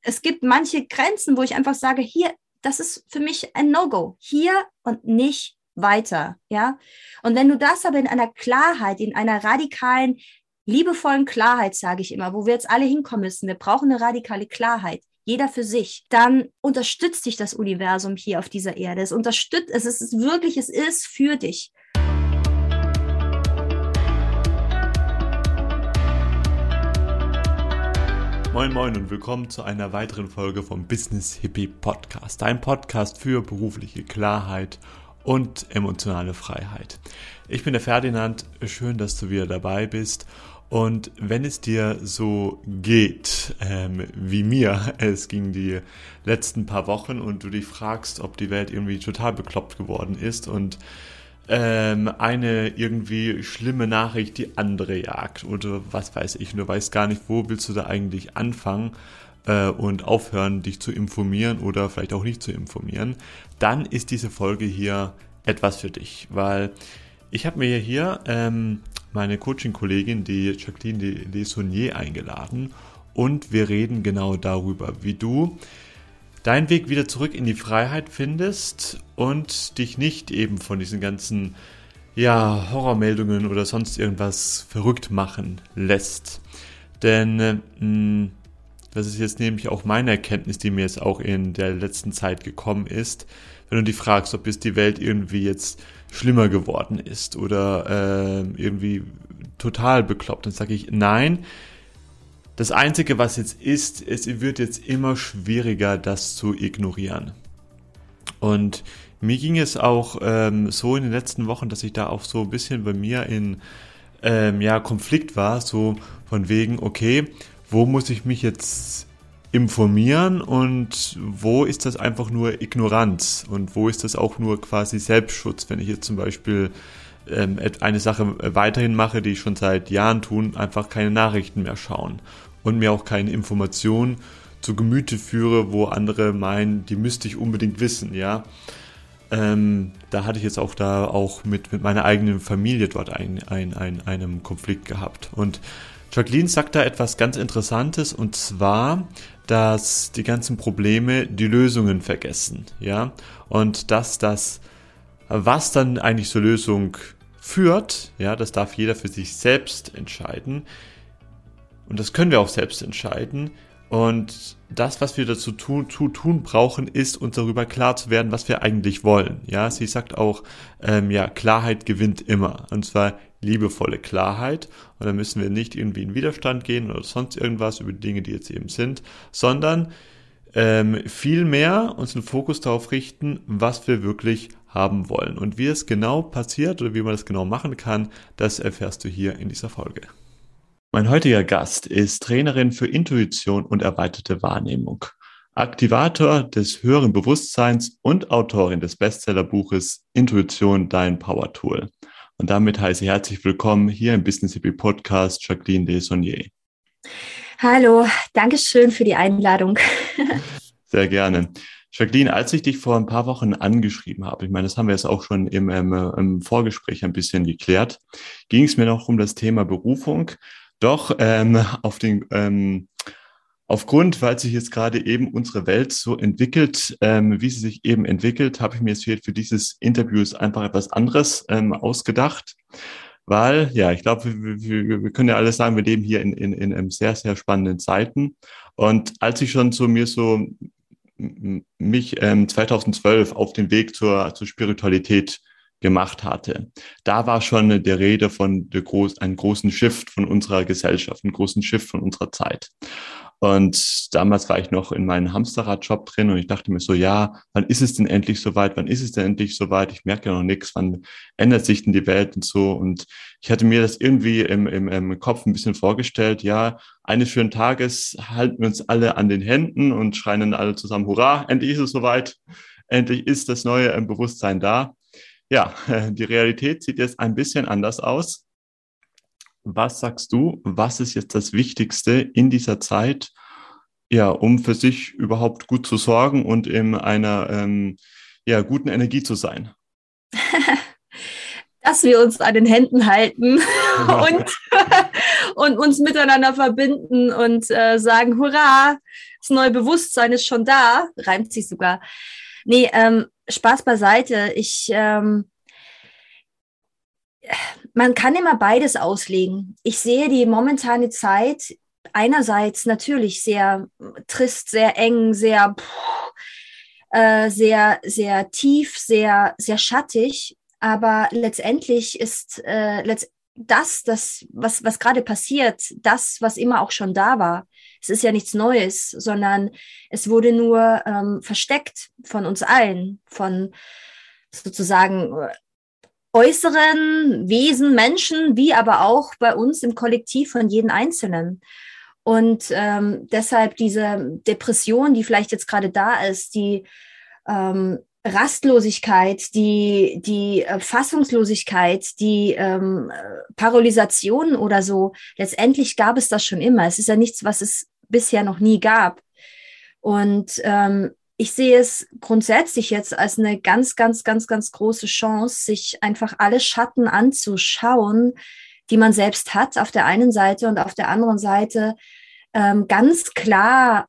es gibt manche Grenzen, wo ich einfach sage, hier, das ist für mich ein No-Go. Hier und nicht weiter, ja. Und wenn du das aber in einer Klarheit, in einer radikalen, liebevollen Klarheit, sage ich immer, wo wir jetzt alle hinkommen müssen, wir brauchen eine radikale Klarheit, jeder für sich, dann unterstützt dich das Universum hier auf dieser Erde. Es unterstützt, es ist wirklich, es ist für dich. Moin Moin und willkommen zu einer weiteren Folge vom Business Hippie Podcast. Ein Podcast für berufliche Klarheit und emotionale Freiheit. Ich bin der Ferdinand, schön, dass du wieder dabei bist. Und wenn es dir so geht, wie mir, es ging die letzten paar Wochen und du dich fragst, ob die Welt irgendwie total bekloppt geworden ist und eine irgendwie schlimme Nachricht die andere jagt oder was weiß ich, du weißt gar nicht, wo willst du da eigentlich anfangen und aufhören, dich zu informieren oder vielleicht auch nicht zu informieren, dann ist diese Folge hier etwas für dich, weil ich habe mir hier meine Coaching-Kollegin, die Jacqueline Lesonnier, eingeladen und wir reden genau darüber, wie du deinen Weg wieder zurück in die Freiheit findest und dich nicht eben von diesen ganzen Horrormeldungen oder sonst irgendwas verrückt machen lässt. Denn das ist jetzt nämlich auch meine Erkenntnis, die mir jetzt auch in der letzten Zeit gekommen ist, wenn du dich fragst, ob jetzt die Welt irgendwie jetzt schlimmer geworden ist oder irgendwie total bekloppt, dann sage ich nein. Das Einzige, was jetzt ist, es wird jetzt immer schwieriger, das zu ignorieren. Und mir ging es auch so in den letzten Wochen, dass ich da auch so ein bisschen bei mir in Konflikt war, so von wegen, okay, wo muss ich mich jetzt informieren und wo ist das einfach nur Ignoranz und wo ist das auch nur quasi Selbstschutz, wenn ich jetzt zum Beispiel eine Sache weiterhin mache, die ich schon seit Jahren tue, einfach keine Nachrichten mehr schauen und mir auch keine Informationen zu Gemüte führe, wo andere meinen, die müsste ich unbedingt wissen, ja. Da hatte ich jetzt auch mit meiner eigenen Familie dort einen Konflikt gehabt. Und Jacqueline sagt da etwas ganz Interessantes, und zwar, dass die ganzen Probleme die Lösungen vergessen, ja. Und dass das, was dann eigentlich zur Lösung führt, ja, das darf jeder für sich selbst entscheiden. Und das können wir auch selbst entscheiden. Und das, was wir dazu tun brauchen, ist, uns darüber klar zu werden, was wir eigentlich wollen. Ja, sie sagt auch, Klarheit gewinnt immer. Und zwar liebevolle Klarheit. Und da müssen wir nicht irgendwie in Widerstand gehen oder sonst irgendwas über die Dinge, die jetzt eben sind, sondern vielmehr uns den Fokus darauf richten, was wir wirklich haben wollen. Und wie es genau passiert oder wie man das genau machen kann, das erfährst du hier in dieser Folge. Mein heutiger Gast ist Trainerin für Intuition und erweiterte Wahrnehmung, Aktivator des höheren Bewusstseins und Autorin des Bestsellerbuches Intuition, dein Power Tool. Und damit heiße ich herzlich willkommen hier im Business Hippie Podcast, Jacqueline Lesonnier. Hallo, danke schön für die Einladung. Sehr gerne. Jacqueline, als ich dich vor ein paar Wochen angeschrieben habe, ich meine, das haben wir jetzt auch schon im Vorgespräch ein bisschen geklärt, ging es mir noch um das Thema Berufung. Doch aufgrund, weil sich jetzt gerade eben unsere Welt so entwickelt, wie sie sich eben entwickelt, habe ich mir jetzt für dieses Interview einfach etwas anderes ausgedacht. Weil, ich glaube, wir können ja alles sagen, wir leben hier in sehr, sehr spannenden Zeiten. Und als ich schon mich 2012 auf den Weg zur Spiritualität gemacht hatte, da war schon der Rede von einem großen Shift von unserer Gesellschaft, einem großen Shift von unserer Zeit. Und damals war ich noch in meinem Hamsterradjob drin und ich dachte mir so, wann ist es denn endlich soweit? Wann ist es denn endlich soweit? Ich merke ja noch nichts. Wann ändert sich denn die Welt und so? Und ich hatte mir das irgendwie im Kopf ein bisschen vorgestellt. Ja, eines schönen Tages halten wir uns alle an den Händen und schreien dann alle zusammen, Hurra, endlich ist es soweit. Endlich ist das neue Bewusstsein da. Ja, die Realität sieht jetzt ein bisschen anders aus. Was sagst du, was ist jetzt das Wichtigste in dieser Zeit, um für sich überhaupt gut zu sorgen und in einer guten Energie zu sein? Dass wir uns an den Händen halten und uns miteinander verbinden und sagen, hurra, das neue Bewusstsein ist schon da, reimt sich sogar. Nee, Spaß beiseite. Man kann immer beides auslegen. Ich sehe die momentane Zeit einerseits natürlich sehr trist, sehr eng, sehr tief, sehr schattig. Aber letztendlich ist was gerade passiert, das, was immer auch schon da war. Es ist ja nichts Neues, sondern es wurde nur versteckt von uns allen, von sozusagen äußeren Wesen, Menschen, wie aber auch bei uns im Kollektiv von jedem Einzelnen. Und deshalb diese Depression, die vielleicht jetzt gerade da ist, die Rastlosigkeit, die Fassungslosigkeit, die Paralysation oder so, letztendlich gab es das schon immer. Es ist ja nichts, was es bisher noch nie gab. Und ich sehe es grundsätzlich jetzt als eine ganz, ganz, ganz, ganz große Chance, sich einfach alle Schatten anzuschauen, die man selbst hat, auf der einen Seite und auf der anderen Seite ganz klar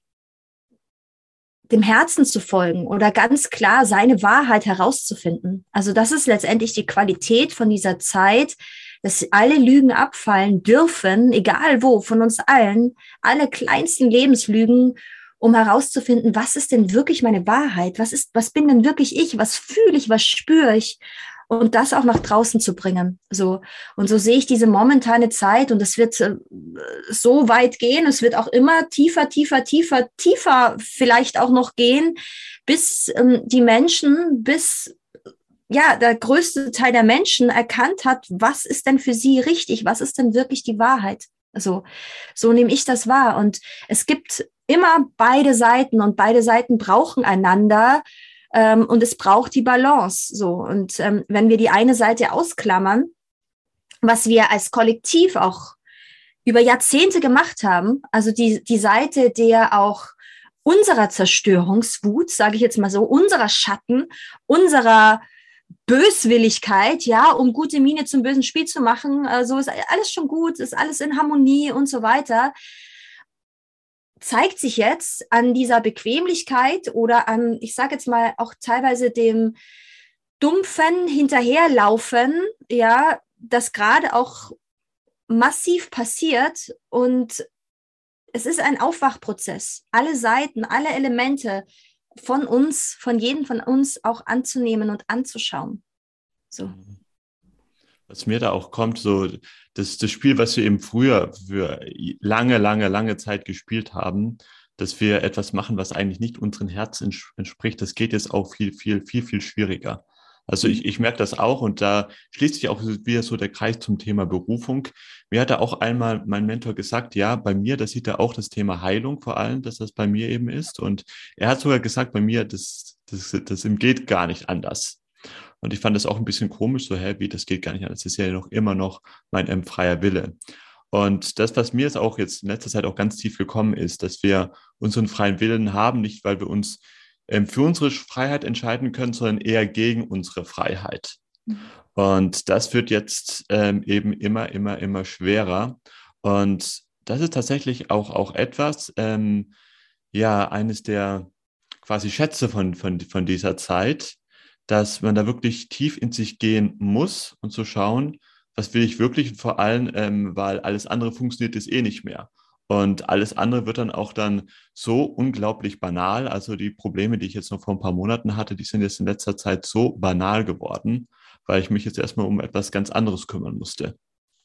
dem Herzen zu folgen oder ganz klar seine Wahrheit herauszufinden. Also das ist letztendlich die Qualität von dieser Zeit, dass alle Lügen abfallen dürfen, egal wo, von uns allen, alle kleinsten Lebenslügen, um herauszufinden, was ist denn wirklich meine Wahrheit? Was bin denn wirklich ich? Was fühle ich? Was spüre ich? Und das auch nach draußen zu bringen. So. Und so sehe ich diese momentane Zeit und es wird so weit gehen. Es wird auch immer tiefer vielleicht auch noch gehen, bis die Menschen, der größte Teil der Menschen erkannt hat, was ist denn für sie richtig? Was ist denn wirklich die Wahrheit? So nehme ich das wahr. Und es gibt immer beide Seiten und beide Seiten brauchen einander. Und es braucht die Balance. So. Und wenn wir die eine Seite ausklammern, was wir als Kollektiv auch über Jahrzehnte gemacht haben, also die Seite der auch unserer Zerstörungswut, sage ich jetzt mal so, unserer Schatten, unserer Böswilligkeit, ja, um gute Miene zum bösen Spiel zu machen, so ist alles schon gut, ist alles in Harmonie und so weiter, zeigt sich jetzt an dieser Bequemlichkeit oder an, ich sage jetzt mal, auch teilweise dem dumpfen Hinterherlaufen, ja, das gerade auch massiv passiert und es ist ein Aufwachprozess. Alle Seiten, alle Elemente von uns, von jedem von uns auch anzunehmen und anzuschauen. So. Was mir da auch kommt, so das Spiel, was wir eben früher für lange Zeit gespielt haben, dass wir etwas machen, was eigentlich nicht unseren Herzen entspricht, das geht jetzt auch viel schwieriger. Also ich merke das auch und da schließt sich auch wieder so der Kreis zum Thema Berufung. Mir hat da auch einmal mein Mentor gesagt, ja, bei mir, da sieht er auch das Thema Heilung vor allem, dass das bei mir eben ist. Und er hat sogar gesagt, bei mir, das geht gar nicht anders. Und ich fand das auch ein bisschen komisch, so, wie, das geht gar nicht anders. Das ist ja noch immer noch mein freier Wille. Und das, was mir jetzt auch jetzt in letzter Zeit auch ganz tief gekommen ist, dass wir unseren freien Willen haben, nicht weil wir uns für unsere Freiheit entscheiden können, sondern eher gegen unsere Freiheit. Und das wird jetzt eben immer schwerer. Und das ist tatsächlich auch etwas, eines der quasi Schätze von dieser Zeit, dass man da wirklich tief in sich gehen muss und zu schauen, was will ich wirklich und vor allem, weil alles andere funktioniert jetzt eh nicht mehr. Und alles andere wird dann auch dann so unglaublich banal. Also die Probleme, die ich jetzt noch vor ein paar Monaten hatte, die sind jetzt in letzter Zeit so banal geworden, weil ich mich jetzt erstmal um etwas ganz anderes kümmern musste.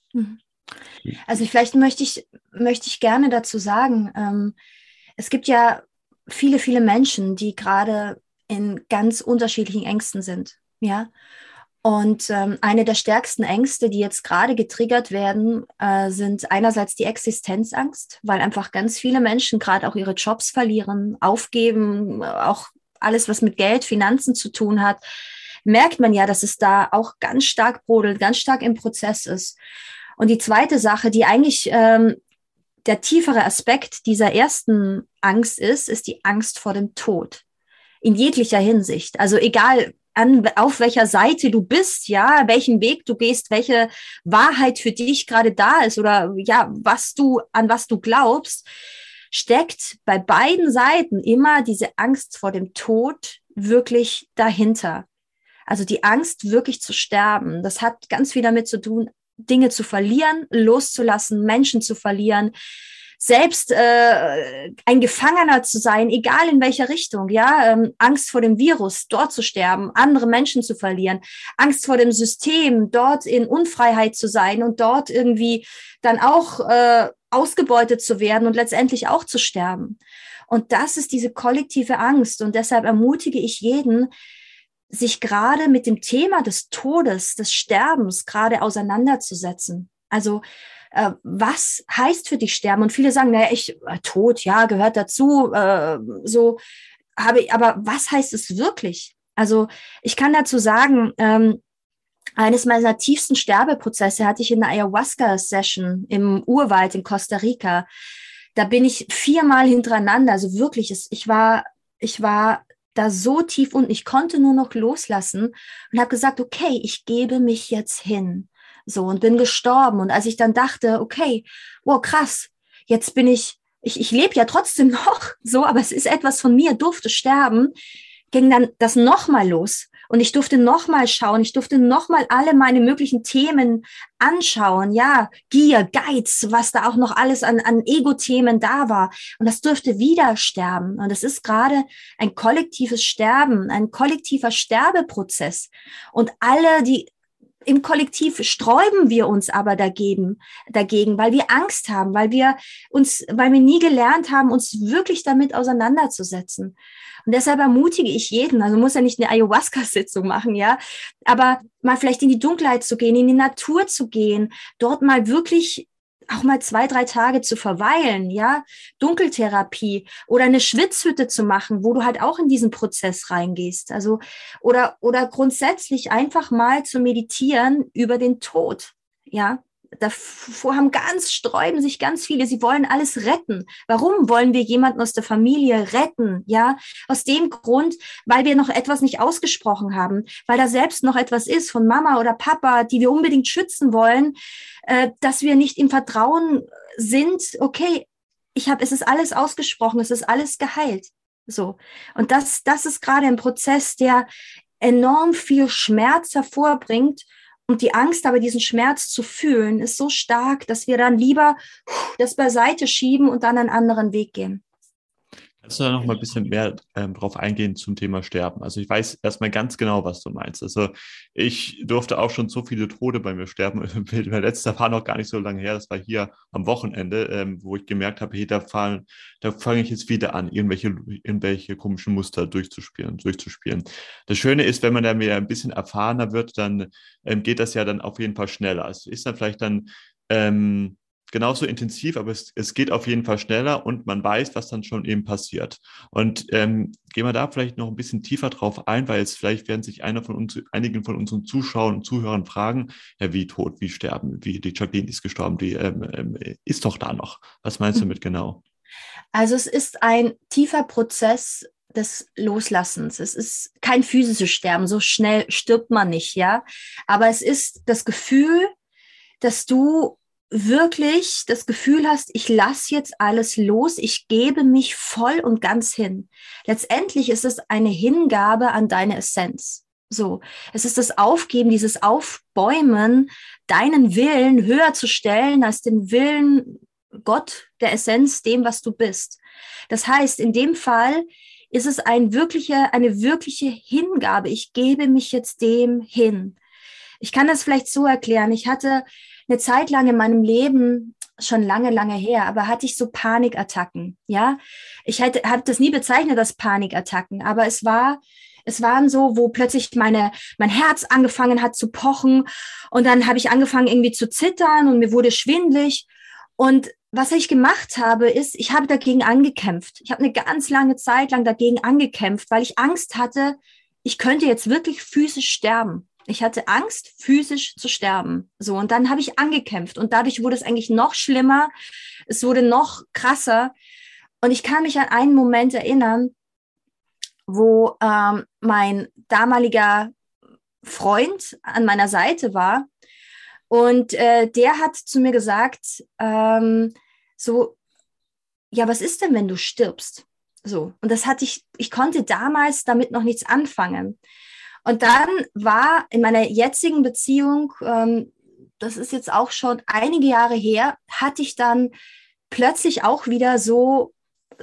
Also vielleicht möchte ich gerne dazu sagen, es gibt ja viele Menschen, die gerade in ganz unterschiedlichen Ängsten sind, ja. Und eine der stärksten Ängste, die jetzt gerade getriggert werden, sind einerseits die Existenzangst, weil einfach ganz viele Menschen gerade auch ihre Jobs verlieren, aufgeben, auch alles, was mit Geld, Finanzen zu tun hat, merkt man ja, dass es da auch ganz stark brodelt, ganz stark im Prozess ist. Und die zweite Sache, die eigentlich der tiefere Aspekt dieser ersten Angst ist die Angst vor dem Tod. In jeglicher Hinsicht. Also egal, auf welcher Seite du bist, ja, welchen Weg du gehst, welche Wahrheit für dich gerade da ist oder ja, an was du glaubst, steckt bei beiden Seiten immer diese Angst vor dem Tod wirklich dahinter. Also die Angst, wirklich zu sterben. Das hat ganz viel damit zu tun, Dinge zu verlieren, loszulassen, Menschen zu verlieren, selbst ein Gefangener zu sein, egal in welcher Richtung, ja, Angst vor dem Virus, dort zu sterben, andere Menschen zu verlieren, Angst vor dem System, dort in Unfreiheit zu sein und dort irgendwie dann auch ausgebeutet zu werden und letztendlich auch zu sterben. Und das ist diese kollektive Angst. Und deshalb ermutige ich jeden, sich gerade mit dem Thema des Todes, des Sterbens gerade auseinanderzusetzen. Also was heißt für dich sterben? Und viele sagen, naja, Tod, ja, gehört dazu, aber was heißt es wirklich? Also ich kann dazu sagen, eines meiner tiefsten Sterbeprozesse hatte ich in einer Ayahuasca-Session im Urwald in Costa Rica. Da bin ich 4-mal hintereinander, also wirklich, ich war da so tief unten, ich konnte nur noch loslassen und habe gesagt, okay, ich gebe mich jetzt hin. So, und bin gestorben. Und als ich dann dachte, okay, wow, krass, jetzt bin ich lebe ja trotzdem noch, so, aber es ist etwas von mir, durfte sterben, ging dann das nochmal los. Und ich durfte nochmal schauen, ich durfte nochmal alle meine möglichen Themen anschauen, ja, Gier, Geiz, was da auch noch alles an Ego-Themen da war. Und das durfte wieder sterben. Und es ist gerade ein kollektives Sterben, ein kollektiver Sterbeprozess. Und alle, die im Kollektiv sträuben wir uns aber dagegen, weil wir Angst haben, weil wir nie gelernt haben, uns wirklich damit auseinanderzusetzen. Und deshalb ermutige ich jeden, also muss ja nicht eine Ayahuasca-Sitzung machen, ja, aber mal vielleicht in die Dunkelheit zu gehen, in die Natur zu gehen, dort mal wirklich auch mal 2-3 Tage zu verweilen, ja, Dunkeltherapie oder eine Schwitzhütte zu machen, wo du halt auch in diesen Prozess reingehst, also oder grundsätzlich einfach mal zu meditieren über den Tod, ja. Davor sträuben sich ganz viele, sie wollen alles retten. Warum wollen wir jemanden aus der Familie retten? Ja, aus dem Grund, weil wir noch etwas nicht ausgesprochen haben, weil da selbst noch etwas ist von Mama oder Papa, die wir unbedingt schützen wollen, dass wir nicht im Vertrauen sind, okay, es ist alles ausgesprochen, es ist alles geheilt. So. Und das ist gerade ein Prozess, der enorm viel Schmerz hervorbringt. Und die Angst, aber diesen Schmerz zu fühlen, ist so stark, dass wir dann lieber das beiseite schieben und dann einen anderen Weg gehen. Kannst du da noch mal ein bisschen mehr drauf eingehen zum Thema Sterben? Also ich weiß erstmal ganz genau, was du meinst. Also ich durfte auch schon so viele Tode bei mir sterben. Mein letzter war noch gar nicht so lange her. Das war hier am Wochenende, wo ich gemerkt habe, hey, da fange ich jetzt wieder an, irgendwelche komischen Muster durchzuspielen. Das Schöne ist, wenn man da mehr ein bisschen erfahrener wird, dann geht das ja dann auf jeden Fall schneller. Es ist dann vielleicht dann genauso intensiv, aber es geht auf jeden Fall schneller und man weiß, was dann schon eben passiert. Und gehen wir da vielleicht noch ein bisschen tiefer drauf ein, weil jetzt vielleicht werden sich einigen von unseren Zuschauern und Zuhörern fragen, ja, wie tot, wie sterben, wie die Jacqueline ist gestorben, die ist doch da noch. Was meinst du damit genau? Also es ist ein tiefer Prozess des Loslassens. Es ist kein physisches Sterben, so schnell stirbt man nicht, ja. Aber es ist das Gefühl, dass du wirklich das Gefühl hast, ich lasse jetzt alles los, ich gebe mich voll und ganz hin. Letztendlich ist es eine Hingabe an deine Essenz. So, es ist das Aufgeben, dieses Aufbäumen, deinen Willen höher zu stellen als den Willen Gott, der Essenz, dem, was du bist. Das heißt, in dem Fall ist es eine wirkliche Hingabe. Ich gebe mich jetzt dem hin. Ich kann das vielleicht so erklären. Ich hatte eine Zeit lang in meinem Leben, schon lange, lange her, aber hatte ich so Panikattacken, ja. Ich habe das nie bezeichnet als Panikattacken, aber es waren so, wo plötzlich mein Herz angefangen hat zu pochen und dann habe ich angefangen irgendwie zu zittern und mir wurde schwindelig. Und was ich gemacht habe, ist, ich habe dagegen angekämpft. Ich habe eine ganz lange Zeit lang dagegen angekämpft, weil ich Angst hatte, ich könnte jetzt wirklich physisch sterben. Ich hatte Angst, physisch zu sterben. So, und dann habe ich angekämpft und dadurch wurde es eigentlich noch schlimmer. Es wurde noch krasser. Und ich kann mich an einen Moment erinnern, wo mein damaliger Freund an meiner Seite war. Und der hat zu mir gesagt, so, ja, was ist denn, wenn du stirbst? So. Und das hatte ich konnte damals damit noch nichts anfangen. Und dann war in meiner jetzigen Beziehung, das ist jetzt auch schon einige Jahre her, hatte ich dann plötzlich auch wieder so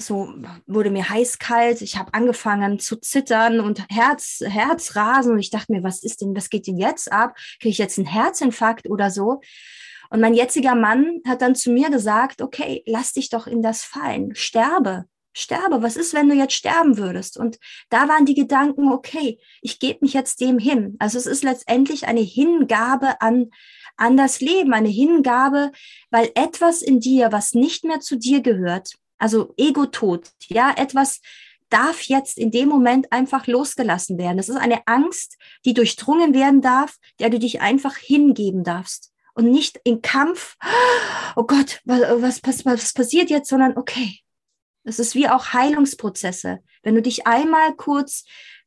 wurde mir heiß-kalt. Ich habe angefangen zu zittern und Herzrasen. Und ich dachte mir, was geht denn jetzt ab? Kriege ich jetzt einen Herzinfarkt oder so? Und mein jetziger Mann hat dann zu mir gesagt, okay, lass dich doch in das fallen. Sterbe. Was ist, wenn du jetzt sterben würdest? Und da waren die Gedanken, okay, ich gebe mich jetzt dem hin. Also es ist letztendlich eine Hingabe an das Leben, eine Hingabe, weil etwas in dir, was nicht mehr zu dir gehört, also Ego-Tod, ja, etwas darf jetzt in dem Moment einfach losgelassen werden. Das ist eine Angst, die durchdrungen werden darf, der du dich einfach hingeben darfst. Und nicht in Kampf, oh Gott, was passiert jetzt, sondern okay. Es ist wie auch Heilungsprozesse. Wenn du dich einmal kurz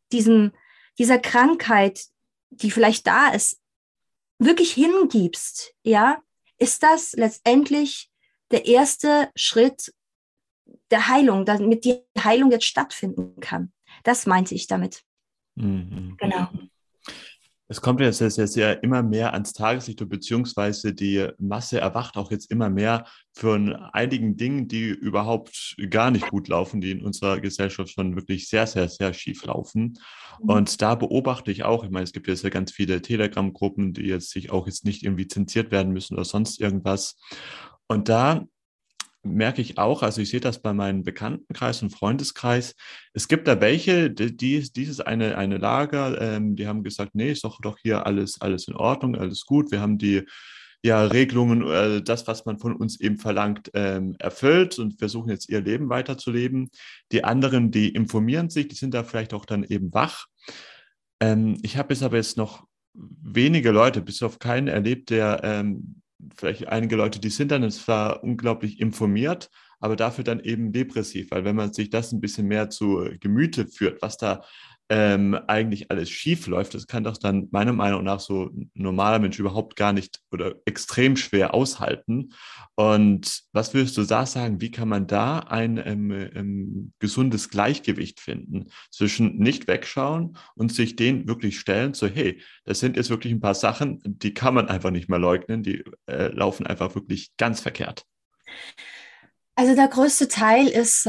dieser Krankheit, die vielleicht da ist, wirklich hingibst, ja, ist das letztendlich der erste Schritt der Heilung, damit die Heilung jetzt stattfinden kann. Das meinte ich damit. Mhm. Genau. Es kommt jetzt sehr immer mehr ans Tageslicht, beziehungsweise die Masse erwacht auch jetzt immer mehr von einigen Dingen, die überhaupt gar nicht gut laufen, die in unserer Gesellschaft schon wirklich sehr, sehr, sehr schief laufen. Und da beobachte ich auch, ich meine, es gibt jetzt ja ganz viele Telegram-Gruppen, die jetzt sich auch jetzt nicht irgendwie zensiert werden müssen oder sonst irgendwas. Und da merke ich auch, also ich sehe das bei meinem Bekanntenkreis und Freundeskreis, es gibt da welche, dieses eine Lager, die haben gesagt, nee, ist doch hier alles in Ordnung, alles gut, wir haben die Regelungen, das, was man von uns eben verlangt, erfüllt und versuchen jetzt ihr Leben weiterzuleben. Die anderen, die informieren sich, die sind da vielleicht auch dann eben wach. Ich habe jetzt noch wenige Leute, bis auf keinen erlebt, der vielleicht einige Leute, die sind dann zwar unglaublich informiert, aber dafür dann eben depressiv, weil wenn man sich das ein bisschen mehr zu Gemüte führt, was da eigentlich alles schief läuft, das kann doch dann meiner Meinung nach so ein normaler Mensch überhaupt gar nicht oder extrem schwer aushalten. Und was würdest du da sagen, wie kann man da ein gesundes Gleichgewicht finden zwischen nicht wegschauen und sich denen wirklich stellen, so hey, das sind jetzt wirklich ein paar Sachen, die kann man einfach nicht mehr leugnen, die laufen einfach wirklich ganz verkehrt. Also der größte Teil ist,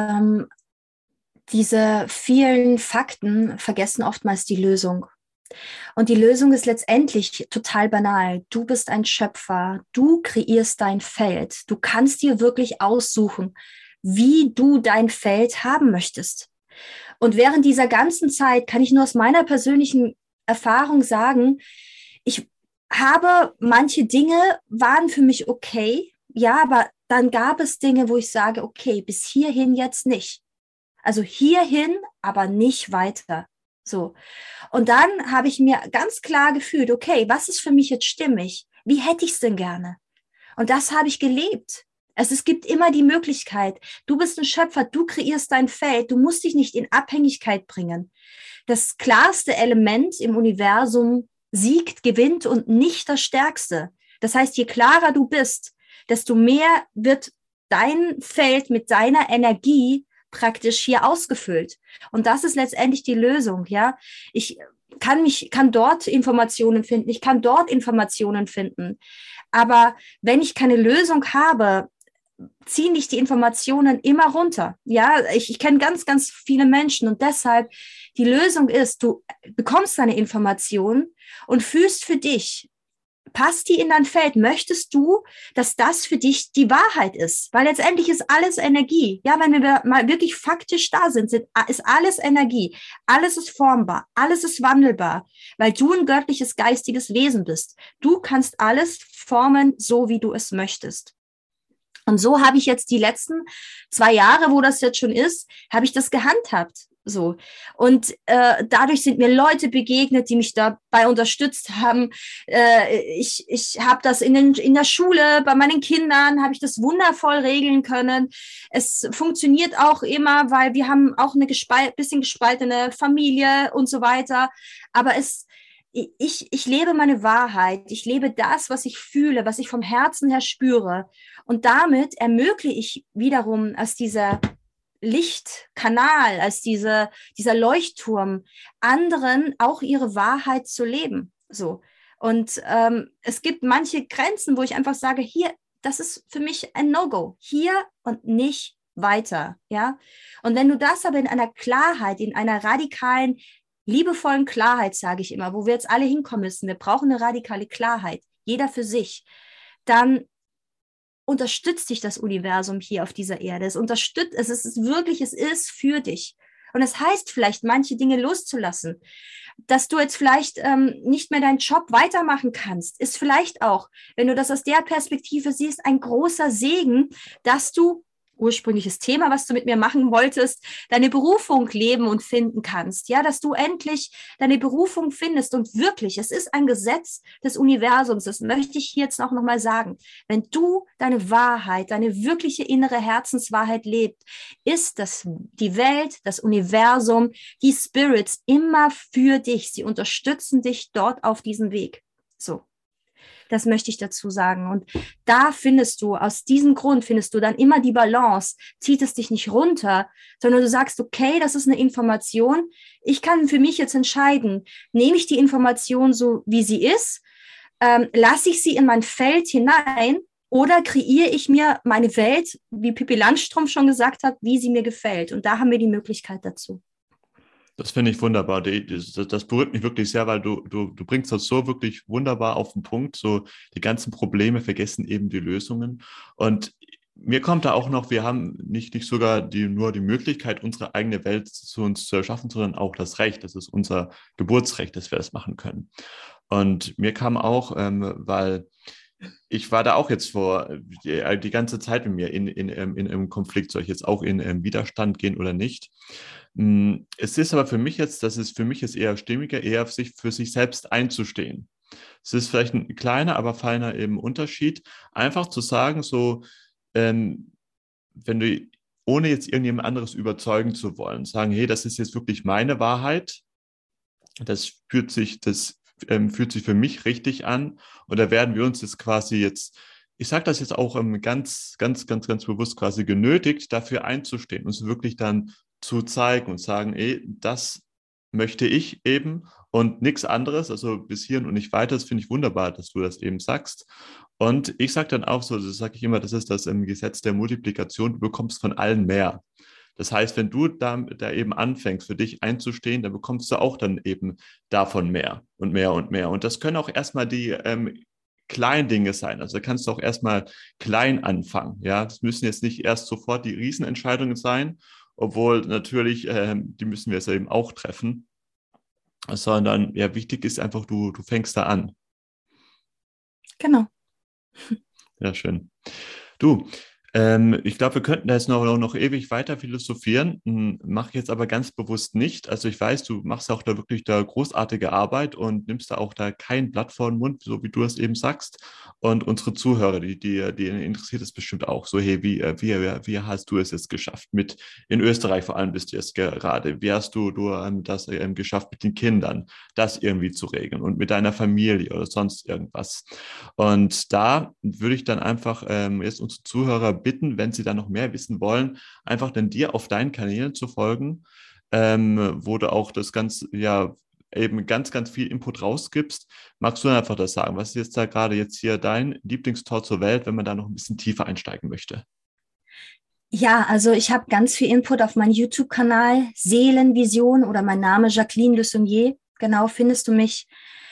diese vielen Fakten vergessen oftmals die Lösung. Und die Lösung ist letztendlich total banal. Du bist ein Schöpfer, du kreierst dein Feld. Du kannst dir wirklich aussuchen, wie du dein Feld haben möchtest. Und während dieser ganzen Zeit kann ich nur aus meiner persönlichen Erfahrung sagen, ich habe manche Dinge waren für mich okay, ja, aber dann gab es Dinge, wo ich sage, okay, bis hierhin jetzt nicht. Also hierhin, aber nicht weiter. So. Und dann habe ich mir ganz klar gefühlt, okay, was ist für mich jetzt stimmig? Wie hätte ich es denn gerne? Und das habe ich gelebt. Es gibt immer die Möglichkeit, du bist ein Schöpfer, du kreierst dein Feld, du musst dich nicht in Abhängigkeit bringen. Das klarste Element im Universum siegt, gewinnt und nicht das Stärkste. Das heißt, je klarer du bist, desto mehr wird dein Feld mit deiner Energie praktisch hier ausgefüllt. Und das ist letztendlich die Lösung, ja. Ich kann dort Informationen finden, ich kann dort Informationen finden. Aber wenn ich keine Lösung habe, ziehen dich die Informationen immer runter. Ja, ich kenne ganz, ganz viele Menschen und deshalb die Lösung ist, du bekommst deine Informationen und fühlst für dich, passt die in dein Feld? Möchtest du, dass das für dich die Wahrheit ist? Weil letztendlich ist alles Energie. Ja, wenn wir mal wirklich faktisch da sind, ist alles Energie. Alles ist formbar. Alles ist wandelbar. Weil du ein göttliches, geistiges Wesen bist. Du kannst alles formen, so wie du es möchtest. Und so habe ich jetzt die letzten 2 Jahre, wo das jetzt schon ist, habe ich das gehandhabt. So. Und dadurch sind mir Leute begegnet, die mich dabei unterstützt haben. Ich habe das in der Schule, bei meinen Kindern, habe ich das wundervoll regeln können. Es funktioniert auch immer, weil wir haben auch eine bisschen gespaltene Familie und so weiter. Aber ich lebe meine Wahrheit. Ich lebe das, was ich fühle, was ich vom Herzen her spüre. Und damit ermögliche ich wiederum aus dieser Lichtkanal, als dieser Leuchtturm, anderen auch ihre Wahrheit zu leben. So. Und es gibt manche Grenzen, wo ich einfach sage, hier, das ist für mich ein No-Go. Hier und nicht weiter. Ja? Und wenn du das aber in einer Klarheit, in einer radikalen, liebevollen Klarheit, sage ich immer, wo wir jetzt alle hinkommen müssen, wir brauchen eine radikale Klarheit, jeder für sich, dann unterstützt dich das Universum hier auf dieser Erde. Es ist wirklich, es ist für dich. Und es heißt vielleicht, manche Dinge loszulassen. Dass du jetzt vielleicht nicht mehr deinen Job weitermachen kannst, ist vielleicht auch, wenn du das aus der Perspektive siehst, ein großer Segen, dass du ursprüngliches Thema, was du mit mir machen wolltest, deine Berufung leben und finden kannst, ja, dass du endlich deine Berufung findest und wirklich, es ist ein Gesetz des Universums, das möchte ich hier jetzt noch mal sagen, wenn du deine Wahrheit, deine wirkliche innere Herzenswahrheit lebst, ist die Welt, das Universum, die Spirits immer für dich, sie unterstützen dich dort auf diesem Weg, so. Das möchte ich dazu sagen. Und aus diesem Grund findest du dann immer die Balance, zieht es dich nicht runter, sondern du sagst, okay, das ist eine Information. Ich kann für mich jetzt entscheiden, nehme ich die Information so, wie sie ist, lasse ich sie in mein Feld hinein oder kreiere ich mir meine Welt, wie Pippi Langstrumpf schon gesagt hat, wie sie mir gefällt. Und da haben wir die Möglichkeit dazu. Das finde ich wunderbar. Das berührt mich wirklich sehr, weil du bringst das so wirklich wunderbar auf den Punkt. So die ganzen Probleme vergessen eben die Lösungen. Und mir kommt da auch noch, wir haben nicht sogar nur die Möglichkeit, unsere eigene Welt zu uns zu erschaffen, sondern auch das Recht. Das ist unser Geburtsrecht, dass wir das machen können. Und mir kam auch, weil ich war da auch jetzt die ganze Zeit mit mir in einem Konflikt, soll ich jetzt auch in Widerstand gehen oder nicht? Es ist aber für mich jetzt eher stimmiger, eher für sich selbst einzustehen. Es ist vielleicht ein kleiner, aber feiner eben Unterschied, einfach zu sagen, so, wenn du, ohne jetzt irgendjemand anderes überzeugen zu wollen, sagen, hey, das ist jetzt wirklich meine Wahrheit, das fühlt sich für mich richtig an und da werden wir uns jetzt quasi ich sage das jetzt auch ganz, ganz, ganz, ganz bewusst quasi genötigt, dafür einzustehen, uns wirklich dann zu zeigen und sagen, ey, das möchte ich eben und nichts anderes, also bis hierhin und nicht weiter. Das finde ich wunderbar, dass du das eben sagst. Und ich sage dann auch so, das sage ich immer, das ist das Gesetz der Multiplikation, du bekommst von allen mehr. Das heißt, wenn du da eben anfängst, für dich einzustehen, dann bekommst du auch dann eben davon mehr und mehr und mehr. Und das können auch erstmal die kleinen Dinge sein. Also da kannst du auch erstmal klein anfangen. Ja, das müssen jetzt nicht erst sofort die Riesenentscheidungen sein, obwohl natürlich, die müssen wir jetzt eben auch treffen, sondern ja, wichtig ist einfach, du fängst da an. Genau. Ja, schön. Du, ich glaube, wir könnten da jetzt noch ewig weiter philosophieren, mache ich jetzt aber ganz bewusst nicht. Also ich weiß, du machst auch da wirklich da großartige Arbeit und nimmst da auch da kein Blatt vor den Mund, so wie du es eben sagst. Und unsere Zuhörer, die interessiert es bestimmt auch. So, hey, wie hast du es jetzt geschafft? In Österreich vor allem bist du jetzt gerade. Wie hast du das geschafft mit den Kindern, das irgendwie zu regeln und mit deiner Familie oder sonst irgendwas? Und da würde ich dann einfach jetzt unsere Zuhörer bitten, wenn sie da noch mehr wissen wollen, einfach dann dir auf deinen Kanälen zu folgen, wo du auch das Ganze, ja, eben ganz, ganz viel Input rausgibst. Magst du einfach das sagen? Was ist jetzt da gerade jetzt hier dein Lieblingstor zur Welt, wenn man da noch ein bisschen tiefer einsteigen möchte? Ja, also ich habe ganz viel Input auf meinem YouTube-Kanal Seelenvision oder mein Name Jacqueline Le Saunier. Genau, findest du mich.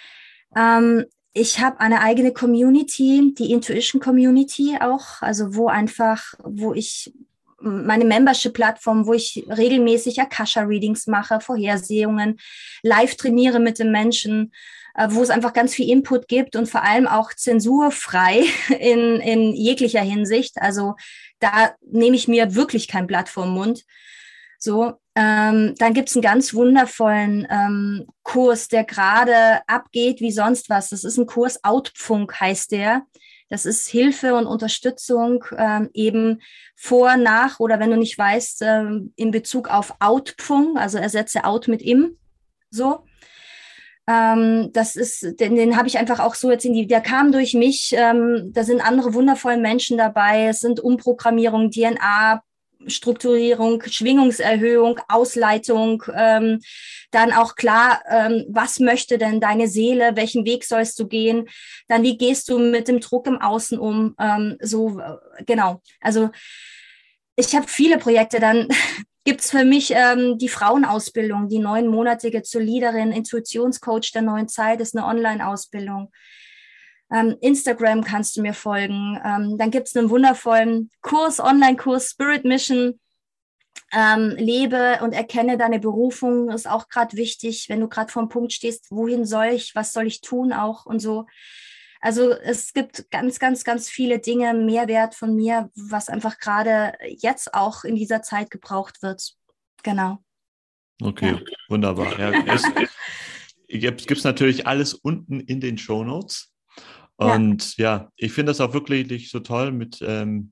Ich habe eine eigene Community, die Intuition Community auch, also wo ich meine Membership-Plattform, wo ich regelmäßig Akasha-Readings mache, Vorhersehungen, live trainiere mit den Menschen, wo es einfach ganz viel Input gibt und vor allem auch zensurfrei in jeglicher Hinsicht. Also da nehme ich mir wirklich kein Blatt vor den Mund. So, Dann gibt es einen ganz wundervollen Kurs, der gerade abgeht wie sonst was. Das ist ein Kurs, Outpfunk heißt der. Das ist Hilfe und Unterstützung eben vor, nach oder wenn du nicht weißt, in Bezug auf Outpfunk, also ersetze Out mit Im, so. Das ist, den habe ich einfach auch so jetzt der kam durch mich, da sind andere wundervolle Menschen dabei, es sind Umprogrammierung, DNA, Strukturierung, Schwingungserhöhung, Ausleitung, dann auch klar, was möchte denn deine Seele, welchen Weg sollst du gehen, dann wie gehst du mit dem Druck im Außen um, genau, also ich habe viele Projekte, dann gibt es für mich die Frauenausbildung, die 9-monatige zur Leaderin, Intuitionscoach der neuen Zeit, ist eine Online-Ausbildung. Instagram kannst du mir folgen. Dann gibt es einen wundervollen Kurs, Online-Kurs, Spirit Mission. Lebe und erkenne deine Berufung, ist auch gerade wichtig, wenn du gerade vor dem Punkt stehst, wohin soll ich, was soll ich tun auch und so. Also es gibt ganz, ganz, ganz viele Dinge, Mehrwert von mir, was einfach gerade jetzt auch in dieser Zeit gebraucht wird. Genau. Okay, ja. Wunderbar. Ja, gibt es natürlich alles unten in den Shownotes. Und ja, ich finde das auch wirklich so toll mit,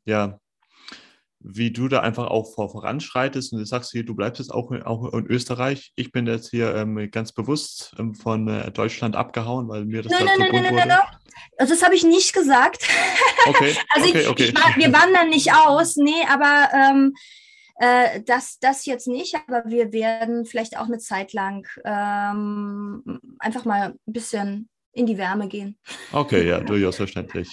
wie du da einfach auch voranschreitest und du sagst hier, du bleibst jetzt auch in Österreich. Ich bin jetzt hier ganz bewusst von Deutschland abgehauen, weil mir das so bunt wurde. No. Also das habe ich nicht gesagt. Okay, also okay. Wir wandern nicht aus, nee, aber das jetzt nicht, aber wir werden vielleicht auch eine Zeit lang einfach mal ein bisschen in die Wärme gehen. Okay, ja, durchaus verständlich.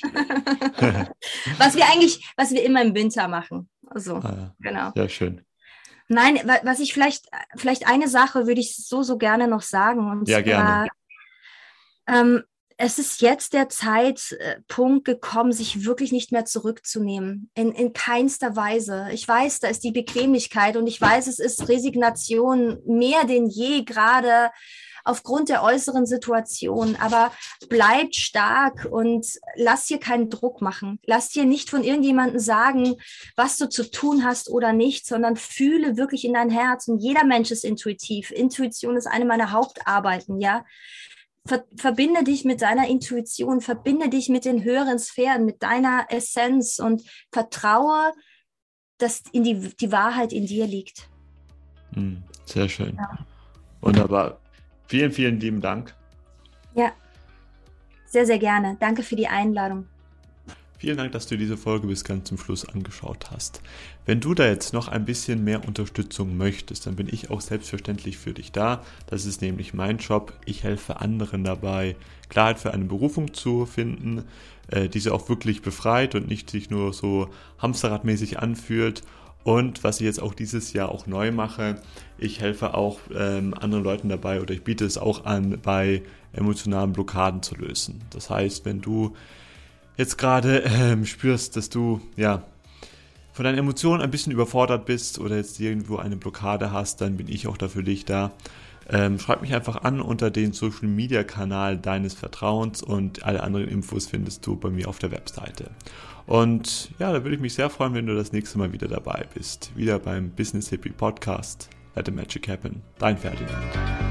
was wir immer im Winter machen. Also, genau. Sehr schön. Nein, was ich vielleicht eine Sache würde ich so gerne noch sagen. Und ja, zwar, gerne. Es ist jetzt der Zeitpunkt gekommen, sich wirklich nicht mehr zurückzunehmen. In keinster Weise. Ich weiß, da ist die Bequemlichkeit und ich weiß, es ist Resignation mehr denn je gerade aufgrund der äußeren Situation, aber bleibt stark und lass dir keinen Druck machen. Lass dir nicht von irgendjemandem sagen, was du zu tun hast oder nicht, sondern fühle wirklich in dein Herz. Und jeder Mensch ist intuitiv. Intuition ist eine meiner Hauptarbeiten, ja. Verbinde dich mit deiner Intuition, verbinde dich mit den höheren Sphären, mit deiner Essenz und vertraue, dass die Wahrheit in dir liegt. Sehr schön. Ja. Wunderbar. Vielen, vielen lieben Dank. Ja, sehr, sehr gerne. Danke für die Einladung. Vielen Dank, dass du diese Folge bis ganz zum Schluss angeschaut hast. Wenn du da jetzt noch ein bisschen mehr Unterstützung möchtest, dann bin ich auch selbstverständlich für dich da. Das ist nämlich mein Job. Ich helfe anderen dabei, Klarheit für eine Berufung zu finden, diese auch wirklich befreit und nicht sich nur so hamsterradmäßig anfühlt. Und was ich jetzt auch dieses Jahr auch neu mache, ich helfe auch anderen Leuten dabei oder ich biete es auch an, bei emotionalen Blockaden zu lösen. Das heißt, wenn du jetzt gerade spürst, dass du von deinen Emotionen ein bisschen überfordert bist oder jetzt irgendwo eine Blockade hast, dann bin ich auch dafür dich da. Schreib mich einfach an unter den Social Media Kanal deines Vertrauens und alle anderen Infos findest du bei mir auf der Webseite. Und ja, da würde ich mich sehr freuen, wenn du das nächste Mal wieder dabei bist. Wieder beim Business Hippie Podcast. Let the Magic Happen. Dein Ferdinand.